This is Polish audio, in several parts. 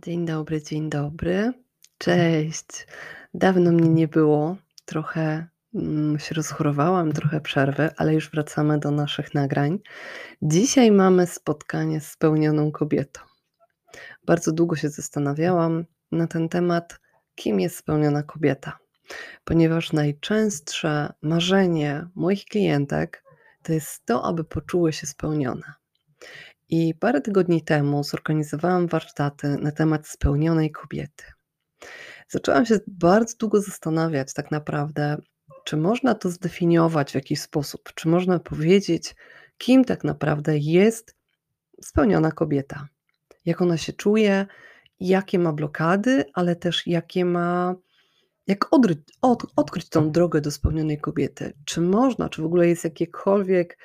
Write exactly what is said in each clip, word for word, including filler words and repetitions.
Dzień dobry, dzień dobry. Cześć. Dawno mnie nie było. Trochę mm, się rozchorowałam, trochę przerwy, ale już wracamy do naszych nagrań. Dzisiaj mamy spotkanie z spełnioną kobietą. Bardzo długo się zastanawiałam na ten temat, kim jest spełniona kobieta, ponieważ najczęstsze marzenie moich klientek to jest to, aby poczuły się spełnione. I parę tygodni temu zorganizowałam warsztaty na temat spełnionej kobiety. Zaczęłam się bardzo długo zastanawiać tak naprawdę, czy można to zdefiniować w jakiś sposób, czy można powiedzieć, kim tak naprawdę jest spełniona kobieta, jak ona się czuje, jakie ma blokady, ale też jakie ma, jak odryć, od, odkryć tą drogę do spełnionej kobiety. Czy można, czy w ogóle jest jakiekolwiek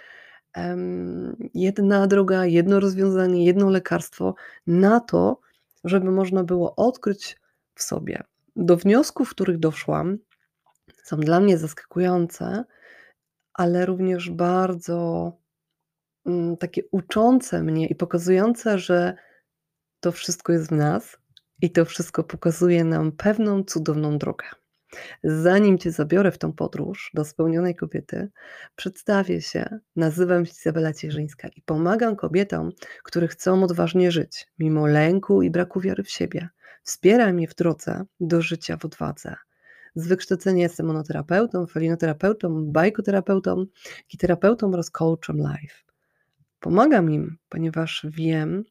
em, jedna droga, jedno rozwiązanie, jedno lekarstwo na to, żeby można było odkryć w sobie. Do wniosków, których doszłam, są dla mnie zaskakujące, ale również bardzo mm, takie uczące mnie i pokazujące, że to wszystko jest w nas i to wszystko pokazuje nam pewną cudowną drogę. Zanim Cię zabiorę w tą podróż do spełnionej kobiety, przedstawię się. Nazywam się Izabela Cierzyńska i pomagam kobietom, które chcą odważnie żyć, mimo lęku i braku wiary w siebie. Wspieram je w drodze do życia w odwadze. Z wykształcenia jestem monoterapeutą, felinoterapeutą, bajkoterapeutą i terapeutą oraz coachem life. Pomagam im, ponieważ wiem,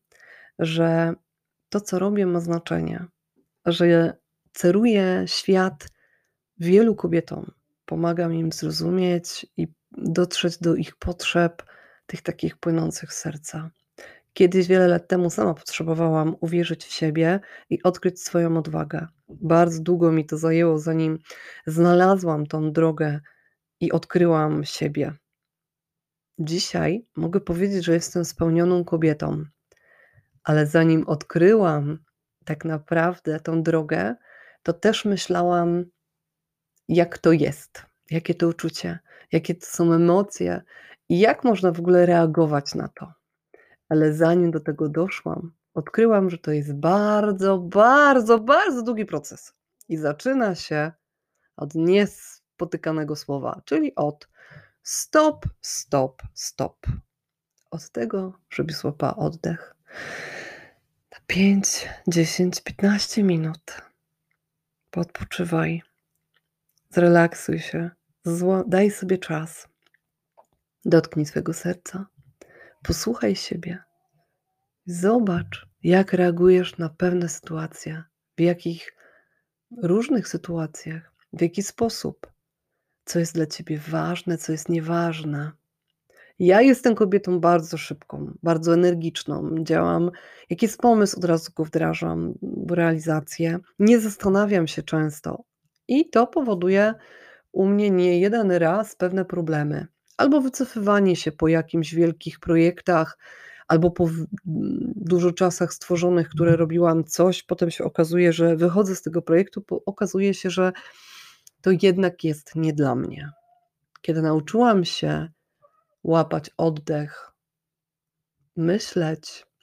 że to, co robię, ma znaczenie, że ceruję świat wielu kobietom. Pomagam im zrozumieć i dotrzeć do ich potrzeb, tych takich płynących z serca. Kiedyś, wiele lat temu, sama potrzebowałam uwierzyć w siebie i odkryć swoją odwagę. Bardzo długo mi to zajęło, zanim znalazłam tą drogę i odkryłam siebie. Dzisiaj mogę powiedzieć, że jestem spełnioną kobietą, ale zanim odkryłam tak naprawdę tą drogę, to też myślałam, jak to jest, jakie to uczucie, jakie to są emocje i jak można w ogóle reagować na to. Ale zanim do tego doszłam, odkryłam, że to jest bardzo, bardzo, bardzo długi proces. I zaczyna się od niespotykanego słowa, czyli od stop, stop, stop. Od tego, żebyś złapała oddech na pięć, dziesięć, piętnaście minut. Podpoczywaj, zrelaksuj się, zło- daj sobie czas. Dotknij swego serca, posłuchaj siebie. Zobacz, jak reagujesz na pewne sytuacje, w jakich różnych sytuacjach, w jaki sposób, co jest dla ciebie ważne, co jest nieważne. Ja jestem kobietą bardzo szybką, bardzo energiczną. Działam, jak jest pomysł, od razu go wdrażam w realizację. Nie zastanawiam się często i to powoduje u mnie nie jeden raz pewne problemy. Albo wycofywanie się po jakimś wielkich projektach, albo po w- dużo czasach stworzonych, które robiłam coś, potem się okazuje, że wychodzę z tego projektu, bo okazuje się, że to jednak jest nie dla mnie. Kiedy nauczyłam się łapać oddech, myśleć,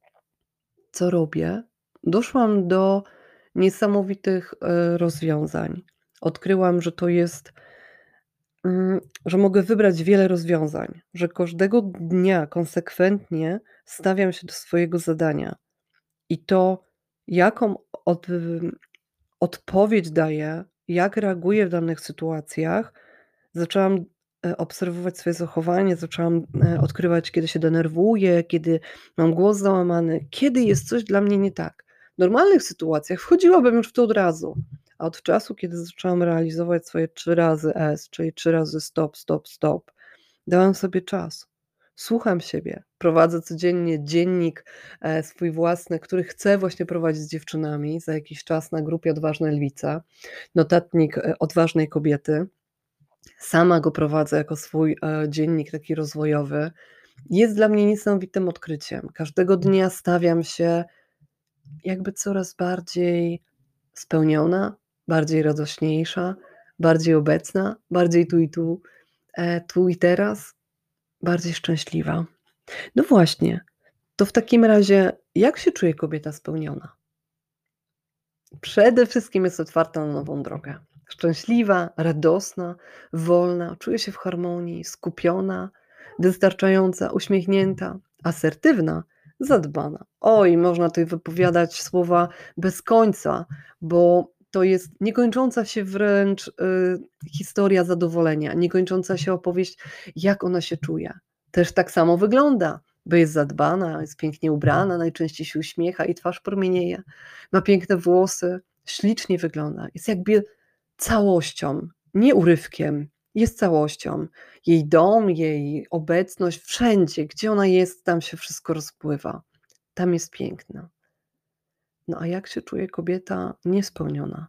co robię, doszłam do niesamowitych e, rozwiązań. Odkryłam, że to jest, mm, że mogę wybrać wiele rozwiązań, że każdego dnia konsekwentnie stawiam się do swojego zadania i to, jaką od, odpowiedź daję, jak reaguję w danych sytuacjach, zaczęłam e, obserwować swoje zachowanie, zaczęłam e, odkrywać, kiedy się denerwuję, kiedy mam głos załamany, kiedy jest coś dla mnie nie tak. W normalnych sytuacjach wchodziłabym już w to od razu, a od czasu, kiedy zaczęłam realizować swoje trzy razy S, czyli trzy razy stop, stop, stop, dałam sobie czas. Słucham siebie. Prowadzę codziennie dziennik e, swój własny, który chcę właśnie prowadzić z dziewczynami za jakiś czas na grupie Odważne Lwice. Notatnik e, odważnej kobiety. Sama go prowadzę jako swój e, dziennik taki rozwojowy. Jest dla mnie niesamowitym odkryciem. Każdego dnia stawiam się jakby coraz bardziej spełniona, bardziej radośniejsza, bardziej obecna, bardziej tu i tu, e, tu i teraz, bardziej szczęśliwa. No właśnie, to w takim razie, jak się czuje kobieta spełniona? Przede wszystkim jest otwarta na nową drogę. Szczęśliwa, radosna, wolna, czuje się w harmonii, skupiona, wystarczająca, uśmiechnięta, asertywna, zadbana. Oj, można tutaj wypowiadać słowa bez końca, bo to jest niekończąca się wręcz, y, historia zadowolenia, niekończąca się opowieść, jak ona się czuje. Też tak samo wygląda, bo jest zadbana, jest pięknie ubrana, najczęściej się uśmiecha, jej twarz promienieje, ma piękne włosy, ślicznie wygląda, jest jakby całością, nie urywkiem, jest całością. Jej dom, jej obecność, wszędzie, gdzie ona jest, tam się wszystko rozpływa. Tam jest piękno. No a jak się czuje kobieta niespełniona?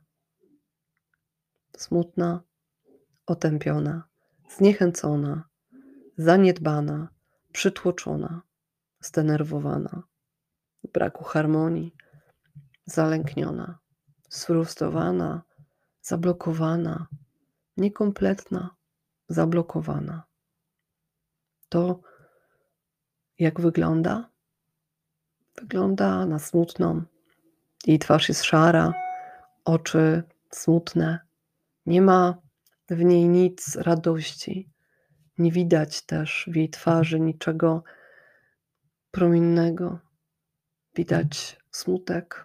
Smutna, otępiona, zniechęcona, zaniedbana, przytłoczona, zdenerwowana, w braku harmonii, zalękniona, sfrustrowana, zablokowana, niekompletna, zablokowana. To jak wygląda? Wygląda na smutną. Jej twarz jest szara, oczy smutne. Nie ma w niej nic radości. Nie widać też w jej twarzy niczego promiennego. Widać smutek.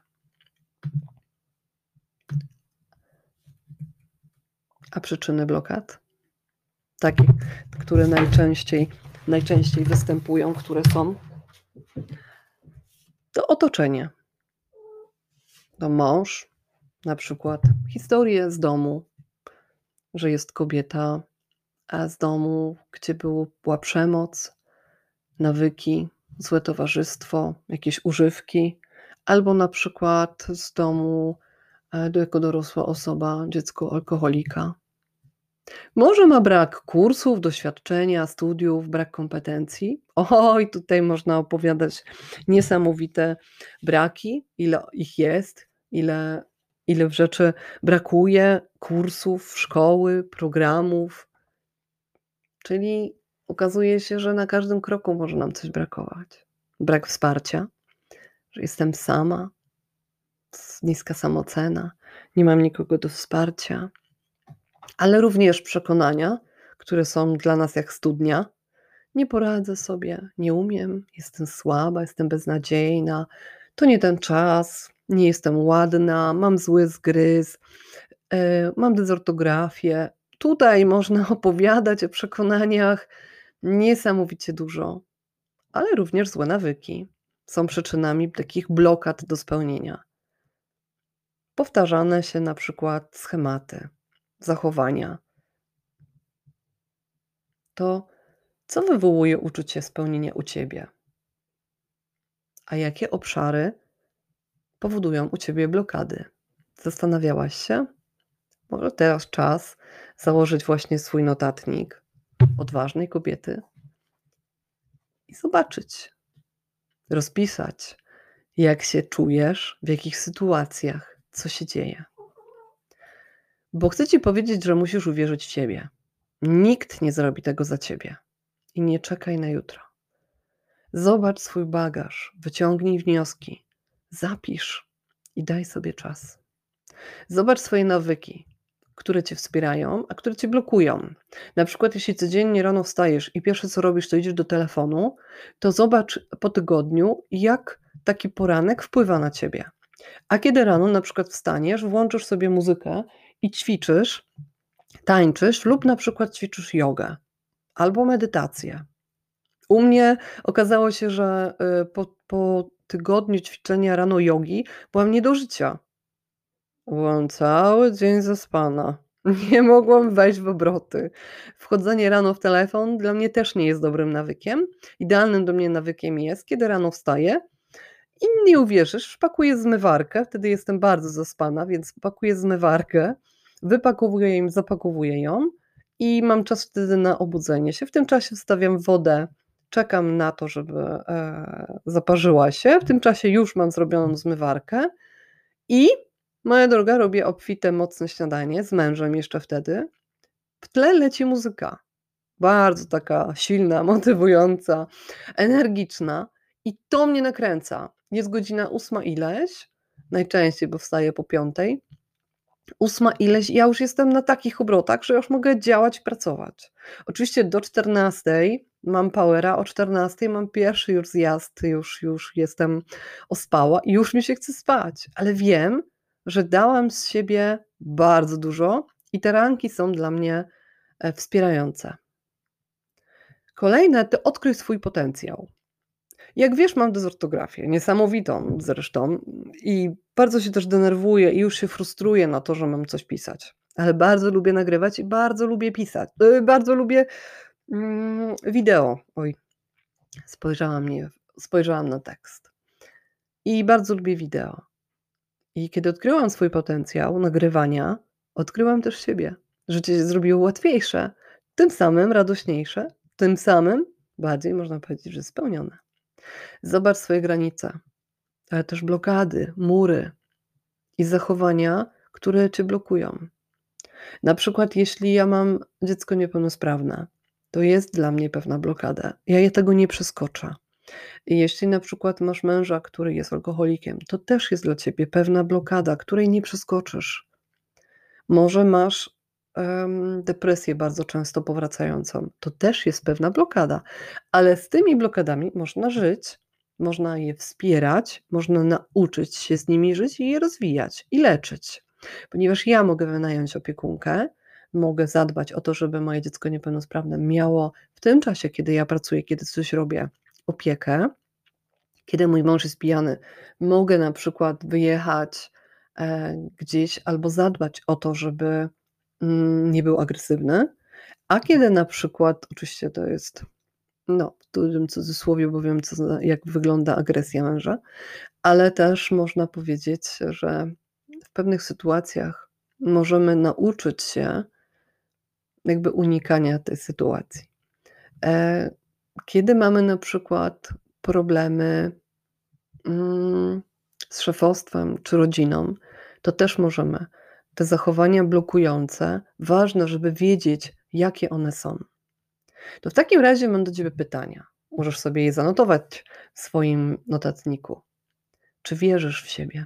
A przyczyny blokad? Takie, które najczęściej, najczęściej występują, które są, to otoczenie. To mąż, na przykład historie z domu, że jest kobieta, a z domu, gdzie był, była przemoc, nawyki, złe towarzystwo, jakieś używki, albo na przykład z domu e, jako dorosła osoba, dziecko alkoholika. Może ma brak kursów, doświadczenia, studiów, brak kompetencji. Oj, tutaj można opowiadać niesamowite braki, ile ich jest, ile, ile rzeczy brakuje, kursów, szkoły, programów. Czyli okazuje się, że na każdym kroku może nam coś brakować. Brak wsparcia, że jestem sama, niska samoocena, nie mam nikogo do wsparcia, ale również przekonania, które są dla nas jak studnia. Nie poradzę sobie, nie umiem, jestem słaba, jestem beznadziejna, to nie ten czas, nie jestem ładna, mam zły zgryz, yy, mam dezortografię. Tutaj można opowiadać o przekonaniach niesamowicie dużo, ale również złe nawyki są przyczynami takich blokad do spełnienia. Powtarzane się na przykład schematy, zachowania. To co wywołuje uczucie spełnienia u ciebie? A jakie obszary powodują u ciebie blokady? Zastanawiałaś się? Może teraz czas założyć właśnie swój notatnik odważnej kobiety i zobaczyć, rozpisać, jak się czujesz, w jakich sytuacjach, co się dzieje. Bo chcę ci powiedzieć, że musisz uwierzyć w siebie. Nikt nie zrobi tego za ciebie. I nie czekaj na jutro. Zobacz swój bagaż, wyciągnij wnioski, zapisz i daj sobie czas. Zobacz swoje nawyki, które cię wspierają, a które cię blokują. Na przykład, jeśli codziennie rano wstajesz i pierwsze co robisz, to idziesz do telefonu, to zobacz po tygodniu, jak taki poranek wpływa na ciebie. A kiedy rano na przykład wstaniesz, włączysz sobie muzykę i ćwiczysz, tańczysz lub na przykład ćwiczysz jogę albo medytację. U mnie okazało się, że y, po, po tygodniu ćwiczenia rano jogi byłam nie do życia. Byłam cały dzień zaspana. Nie mogłam wejść w obroty. Wchodzenie rano w telefon dla mnie też nie jest dobrym nawykiem. Idealnym do mnie nawykiem jest, kiedy rano wstaję i nie uwierzysz, pakuję zmywarkę, wtedy jestem bardzo zaspana, więc pakuję zmywarkę, wypakowuję ją, zapakowuję ją i mam czas wtedy na obudzenie się. W tym czasie wstawiam wodę, czekam na to, żeby e, zaparzyła się. W tym czasie już mam zrobioną zmywarkę i moja droga, robię obfite, mocne śniadanie z mężem jeszcze wtedy. W tle leci muzyka. Bardzo taka silna, motywująca, energiczna i to mnie nakręca. Jest godzina ósma ileś, najczęściej, bo wstaję po piątej. ósma ileś, ja już jestem na takich obrotach, że już mogę działać i pracować. Oczywiście do czternastej mam powera, o czternastej mam pierwszy już zjazd, już już jestem ospała i już mi się chce spać, ale wiem, że dałam z siebie bardzo dużo i te ranki są dla mnie, e, wspierające. Kolejne to odkryj swój potencjał. Jak wiesz, mam dezortografię, niesamowitą zresztą i bardzo się też denerwuję i już się frustruję na to, że mam coś pisać, ale bardzo lubię nagrywać i bardzo lubię pisać, yy, bardzo lubię, mm, wideo. Oj, spojrzałam nie spojrzałam na tekst. I bardzo lubię wideo. I kiedy odkryłam swój potencjał nagrywania, odkryłam też siebie. Życie się zrobiło łatwiejsze, tym samym radośniejsze, tym samym bardziej, można powiedzieć, że spełnione. Zobacz swoje granice, ale też blokady, mury i zachowania, które cię blokują. Na przykład, jeśli ja mam dziecko niepełnosprawne, to jest dla mnie pewna blokada. Ja je tego nie przeskoczę. I jeśli na przykład masz męża, który jest alkoholikiem, to też jest dla ciebie pewna blokada, której nie przeskoczysz. Może masz em, depresję bardzo często powracającą, to też jest pewna blokada, ale z tymi blokadami można żyć, można je wspierać, można nauczyć się z nimi żyć i je rozwijać i leczyć. Ponieważ ja mogę wynająć opiekunkę, mogę zadbać o to, żeby moje dziecko niepełnosprawne miało w tym czasie, kiedy ja pracuję, kiedy coś robię, opiekę. Kiedy mój mąż jest pijany, mogę na przykład wyjechać, e, gdzieś albo zadbać o to, żeby, mm, nie był agresywny, a kiedy na przykład oczywiście to jest, no, w dużym cudzysłowie, bo wiem, co za jak wygląda agresja męża, ale też można powiedzieć, że w pewnych sytuacjach możemy nauczyć się jakby unikania tej sytuacji. E, kiedy mamy na przykład problemy Mm, z szefostwem czy rodziną, to też możemy. Te zachowania blokujące, ważne, żeby wiedzieć, jakie one są. To w takim razie mam do ciebie pytania. Możesz sobie je zanotować w swoim notatniku. Czy wierzysz w siebie?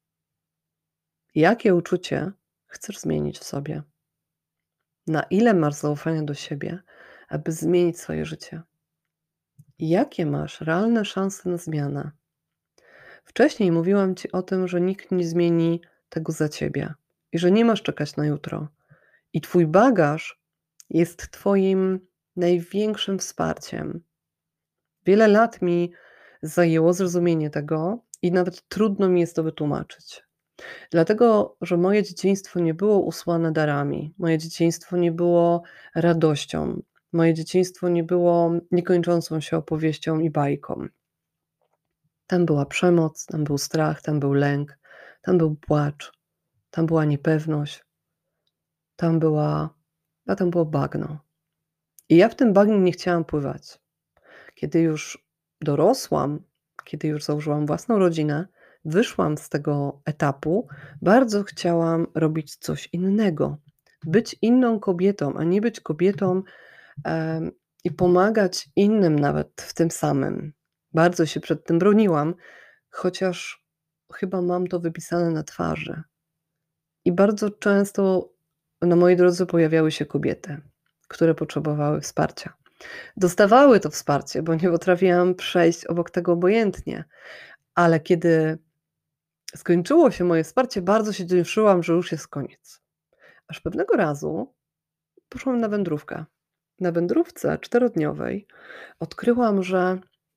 Jakie uczucie chcesz zmienić w sobie? Na ile masz zaufania do siebie, aby zmienić swoje życie? Jakie masz realne szanse na zmianę? Wcześniej mówiłam ci o tym, że nikt nie zmieni tego za ciebie i że nie masz czekać na jutro. I twój bagaż jest twoim największym wsparciem. Wiele lat mi zajęło zrozumienie tego i nawet trudno mi jest to wytłumaczyć. Dlatego, że moje dzieciństwo nie było usłane darami, moje dzieciństwo nie było radością, moje dzieciństwo nie było niekończącą się opowieścią i bajką. Tam była przemoc, tam był strach, tam był lęk, tam był płacz, tam była niepewność, tam była a tam było bagno. I ja w tym bagnie nie chciałam pływać. Kiedy już dorosłam, kiedy już założyłam własną rodzinę, wyszłam z tego etapu, bardzo chciałam robić coś innego. Być inną kobietą, a nie być kobietą, em, i pomagać innym nawet w tym samym. Bardzo się przed tym broniłam, chociaż chyba mam to wypisane na twarzy. I bardzo często na mojej drodze pojawiały się kobiety, które potrzebowały wsparcia. Dostawały to wsparcie, bo nie potrafiłam przejść obok tego obojętnie, ale kiedy skończyło się moje wsparcie, bardzo się cieszyłam, że już jest koniec. Aż pewnego razu poszłam na wędrówkę. Na wędrówce czterodniowej odkryłam, że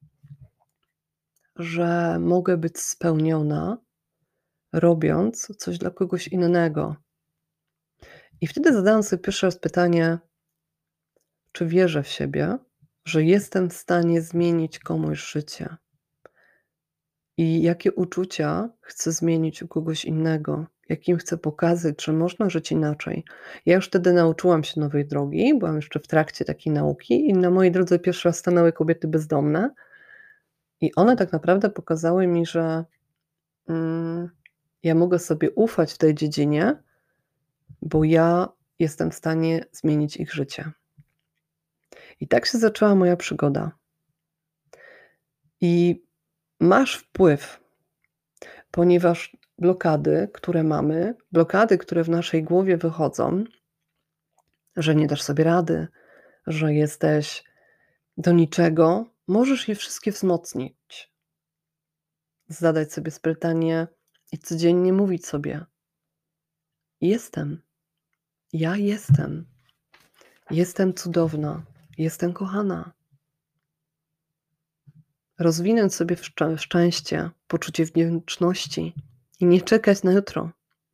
że mogę być spełniona, robiąc coś dla kogoś innego. I wtedy zadałam sobie pierwszy raz pytanie, czy wierzę w siebie, że jestem w stanie zmienić komuś życie? I jakie uczucia chcę zmienić u kogoś innego? Jakim chcę pokazać, że można żyć inaczej? Ja już wtedy nauczyłam się nowej drogi, byłam jeszcze w trakcie takiej nauki i na mojej drodze pierwszy raz stanęły kobiety bezdomne i one tak naprawdę pokazały mi, że mm, ja mogę sobie ufać w tej dziedzinie, bo ja jestem w stanie zmienić ich życie. I tak się zaczęła moja przygoda. I masz wpływ, ponieważ blokady, które mamy, blokady, które w naszej głowie wychodzą, że nie dasz sobie rady, że jesteś do niczego, możesz je wszystkie wzmocnić. Zadać sobie pytanie i codziennie mówić sobie: jestem, ja jestem, jestem cudowna, jestem kochana. Rozwinąć sobie szczę szczęście, poczucie wdzięczności i nie czekać na jutro.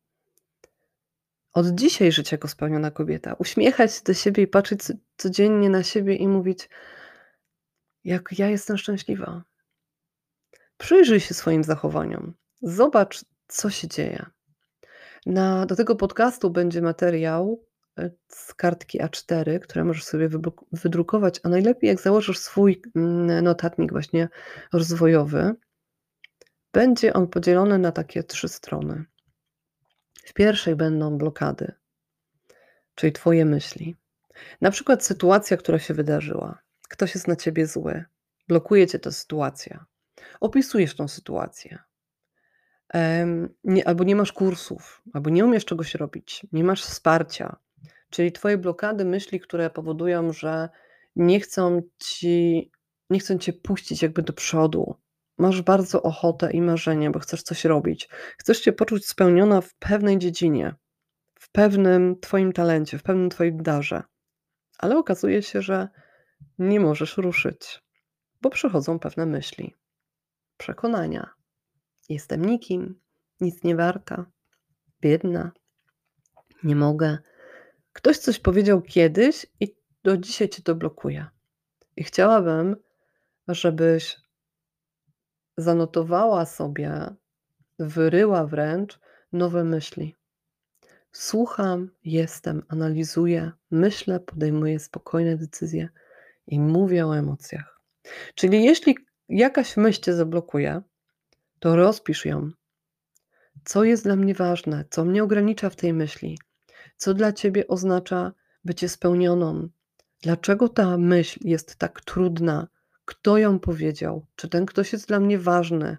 Od dzisiaj żyć jako spełniona kobieta. Uśmiechać się do siebie i patrzeć co codziennie na siebie i mówić: jak ja jestem szczęśliwa. Przyjrzyj się swoim zachowaniom. Zobacz, co się dzieje. Na do tego podcastu będzie materiał, y, z kartki A cztery, które możesz sobie wybruk wydrukować, a najlepiej jak założysz swój, mm, notatnik właśnie rozwojowy. Będzie on podzielony na takie trzy strony. W pierwszej będą blokady, czyli twoje myśli. Na przykład sytuacja, która się wydarzyła. Ktoś jest na ciebie zły, blokuje cię ta sytuacja. Opisujesz tą sytuację. Em, nie albo nie masz kursów, albo nie umiesz czegoś robić, nie masz wsparcia. Czyli twoje blokady myśli, które powodują, że nie chcą ci nie chcą cię puścić jakby do przodu. Masz bardzo ochotę i marzenie, bo chcesz coś robić. Chcesz się poczuć spełniona w pewnej dziedzinie, w pewnym twoim talencie, w pewnym twoim darze. Ale okazuje się, że nie możesz ruszyć, bo przychodzą pewne myśli, przekonania. Jestem nikim, nic nie warta, biedna, nie mogę. Ktoś coś powiedział kiedyś i do dzisiaj cię to blokuje. I chciałabym, żebyś zanotowała sobie, wyryła wręcz nowe myśli. Słucham, jestem, analizuję, myślę, podejmuję spokojne decyzje i mówię o emocjach. Czyli jeśli jakaś myśl cię zablokuje, to rozpisz ją. Co jest dla mnie ważne? Co mnie ogranicza w tej myśli? Co dla ciebie oznacza bycie spełnioną? Dlaczego ta myśl jest tak trudna? Kto ją powiedział? Czy ten ktoś jest dla mnie ważny?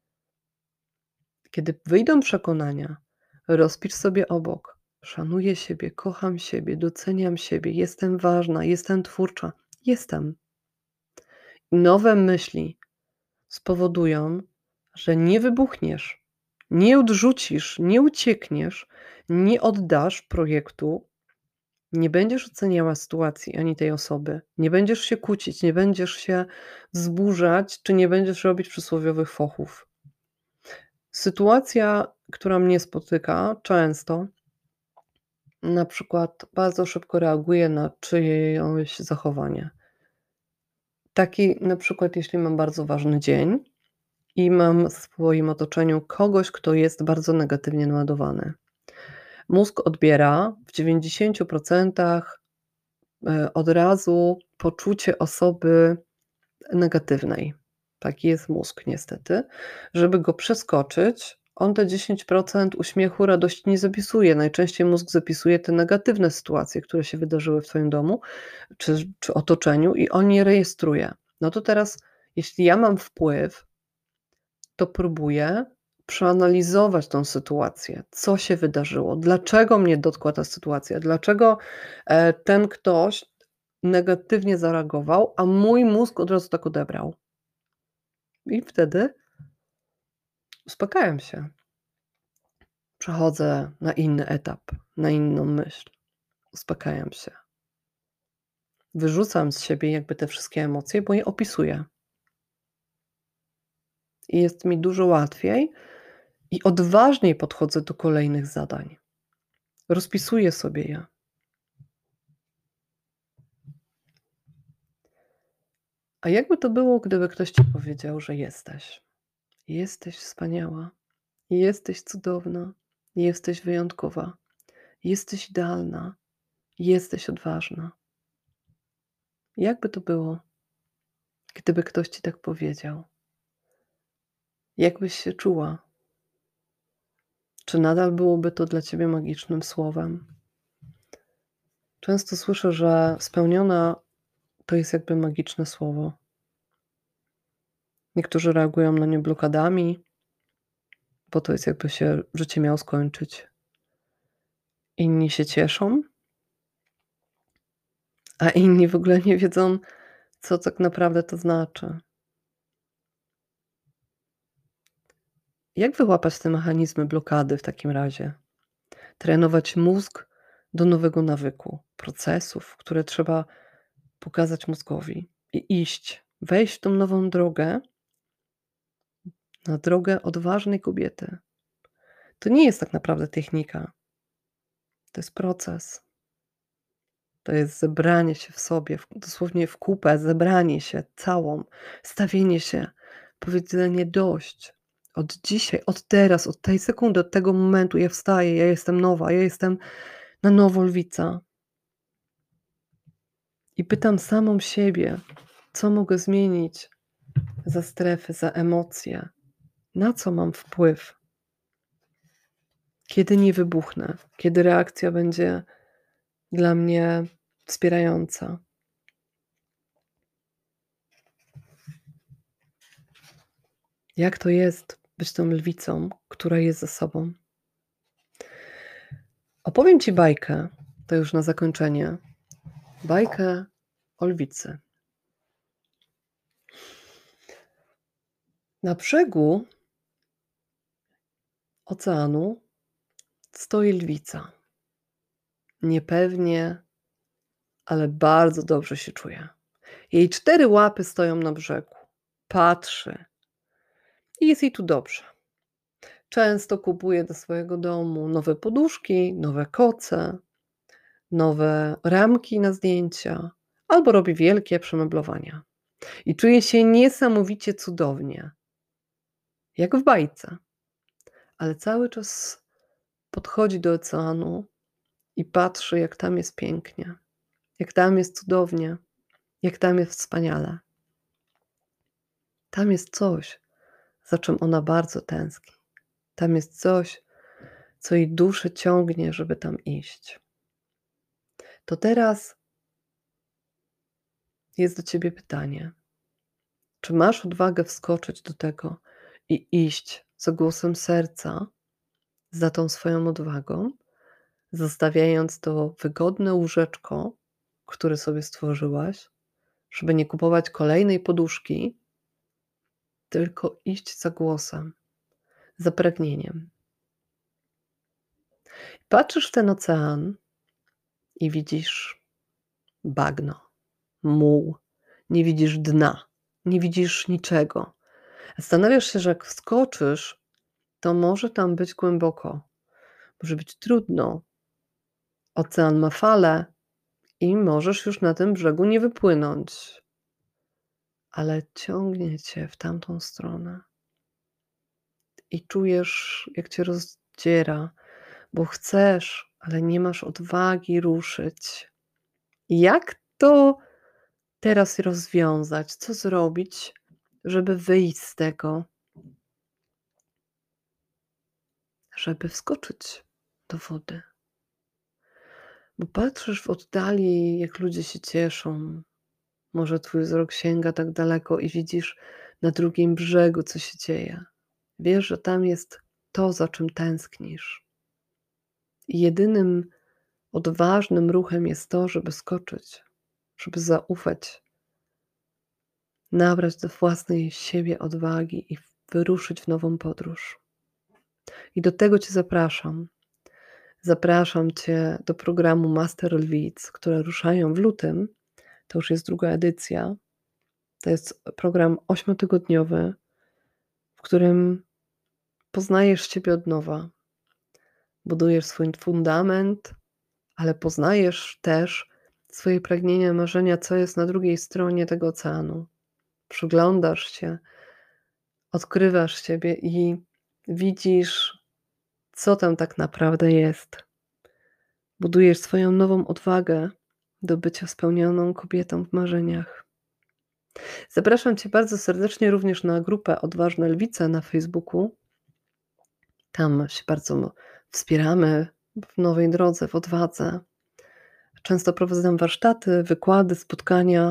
Kiedy wyjdą przekonania, rozpisz sobie obok. Szanuję siebie, kocham siebie, doceniam siebie, jestem ważna, jestem twórcza. Jestem. I nowe myśli spowodują, że nie wybuchniesz, nie odrzucisz, nie uciekniesz, nie oddasz projektu, nie będziesz oceniała sytuacji ani tej osoby, nie będziesz się kłócić, nie będziesz się wzburzać, czy nie będziesz robić przysłowiowych fochów. Sytuacja, która mnie spotyka często, na przykład bardzo szybko reaguję na czyjeś zachowanie. Taki na przykład, jeśli mam bardzo ważny dzień i mam w swoim otoczeniu kogoś, kto jest bardzo negatywnie naładowany. Mózg odbiera w dziewięćdziesięciu procentach e, od razu poczucie osoby negatywnej. Taki jest mózg niestety. Żeby go przeskoczyć, on te dziesięć procent uśmiechu, radości nie zapisuje. Najczęściej mózg zapisuje te negatywne sytuacje, które się wydarzyły w twoim domu czy, czy otoczeniu i on je rejestruje. No to teraz, jeśli ja mam wpływ, to próbuję przeanalizować tą sytuację. Co się wydarzyło? Dlaczego mnie dotkła ta sytuacja? Dlaczego e, ten ktoś negatywnie zareagował, a mój mózg od razu tak odebrał? I wtedy uspokajam się. Przechodzę na inny etap, na inną myśl. Uspokajam się. Wyrzucam z siebie jakby te wszystkie emocje, bo je opisuję. I jest mi dużo łatwiej i odważniej podchodzę do kolejnych zadań. Rozpisuję sobie je. A jakby to było, gdyby ktoś ci powiedział, że jesteś? Jesteś wspaniała, jesteś cudowna, jesteś wyjątkowa, jesteś idealna, jesteś odważna. Jakby to było, gdyby ktoś ci tak powiedział? Jak byś się czuła? Czy nadal byłoby to dla ciebie magicznym słowem? Często słyszę, że spełniona to jest jakby magiczne słowo. Niektórzy reagują na nie blokadami, po to jest, jakby się życie miało skończyć. Inni się cieszą, a inni w ogóle nie wiedzą, co tak naprawdę to znaczy. Jak wyłapać te mechanizmy blokady w takim razie? Trenować mózg do nowego nawyku, procesów, które trzeba pokazać mózgowi i iść, wejść w tą nową drogę, na drogę odważnej kobiety. To nie jest tak naprawdę technika. To jest proces. To jest zebranie się w sobie, w dosłownie w kupę, zebranie się całą, stawienie się, powiedzenie dość. Od dzisiaj, od teraz, od tej sekundy, od tego momentu ja wstaję, ja jestem nowa, ja jestem na nowo lwica. I pytam samą siebie, co mogę zmienić za strefy, za emocje, na co mam wpływ, kiedy nie wybuchnę, kiedy reakcja będzie dla mnie wspierająca. Jak to jest być tą lwicą, która jest ze sobą? Opowiem Ci bajkę, to już na zakończenie, bajkę o lwicy. Na brzegu oceanu stoi lwica. Niepewnie, ale bardzo dobrze się czuje. Jej cztery łapy stoją na brzegu. Patrzy. I jest jej tu dobrze. Często kupuje do swojego domu nowe poduszki, nowe koce, nowe ramki na zdjęcia, albo robi wielkie przemeblowania. I czuje się niesamowicie cudownie, jak w bajce. Ale cały czas podchodzi do oceanu i patrzy, jak tam jest pięknie, jak tam jest cudownie, jak tam jest wspaniale. Tam jest coś, za czym ona bardzo tęskni. Tam jest coś, co jej duszę ciągnie, żeby tam iść. To teraz jest do Ciebie pytanie. Czy masz odwagę wskoczyć do tego i iść za głosem serca, za tą swoją odwagą, zostawiając to wygodne łóżeczko, które sobie stworzyłaś, żeby nie kupować kolejnej poduszki, tylko iść za głosem, za pragnieniem. Patrzysz w ten ocean i widzisz bagno, muł, nie widzisz dna, nie widzisz niczego. Zastanawiasz się, że jak wskoczysz, to może tam być głęboko, może być trudno. Ocean ma fale i możesz już na tym brzegu nie wypłynąć, ale ciągnie cię w tamtą stronę. I czujesz, jak cię rozdziera, bo chcesz, ale nie masz odwagi ruszyć. Jak to teraz rozwiązać? Co zrobić, żeby wyjść z tego? Żeby wskoczyć do wody. Bo patrzysz w oddali, jak ludzie się cieszą. Może twój wzrok sięga tak daleko i widzisz na drugim brzegu, co się dzieje. Wiesz, że tam jest to, za czym tęsknisz. I jedynym odważnym ruchem jest to, żeby skoczyć, żeby zaufać, nabrać do własnej siebie odwagi i wyruszyć w nową podróż. I do tego Cię zapraszam. Zapraszam Cię do programu Master Lwic, które ruszają w lutym. To już jest druga edycja. To jest program ośmiotygodniowy, w którym poznajesz siebie od nowa. Budujesz swój fundament, ale poznajesz też swoje pragnienia, marzenia, co jest na drugiej stronie tego oceanu. Przyglądasz się, odkrywasz siebie i widzisz, co tam tak naprawdę jest. Budujesz swoją nową odwagę do bycia spełnioną kobietą w marzeniach. Zapraszam Cię bardzo serdecznie również na grupę Odważne Lwice na Facebooku. Tam się bardzo wspieramy w nowej drodze, w odwadze. Często prowadzę warsztaty, wykłady, spotkania.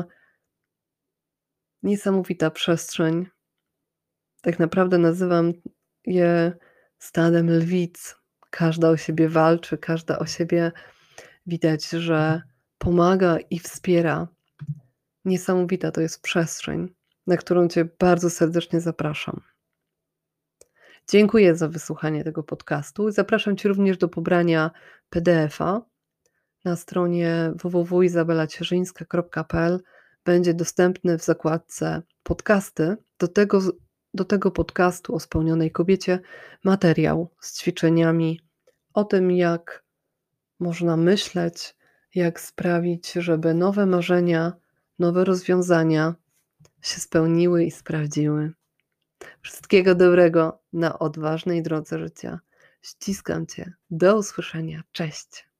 Niesamowita przestrzeń. Tak naprawdę nazywam je stadem lwic. Każda o siebie walczy, każda o siebie widać, że pomaga i wspiera. Niesamowita to jest przestrzeń, na którą Cię bardzo serdecznie zapraszam. Dziękuję za wysłuchanie tego podcastu. Zapraszam Cię również do pobrania P D F-a na stronie w w w kropka izabela cierzyńska kropka p l. Będzie dostępny w zakładce podcasty. Do tego, do tego podcastu o spełnionej kobiecie materiał z ćwiczeniami o tym, jak można myśleć, jak sprawić, żeby nowe marzenia, nowe rozwiązania się spełniły i sprawdziły. Wszystkiego dobrego na odważnej drodze życia. Ściskam Cię. Do usłyszenia. Cześć.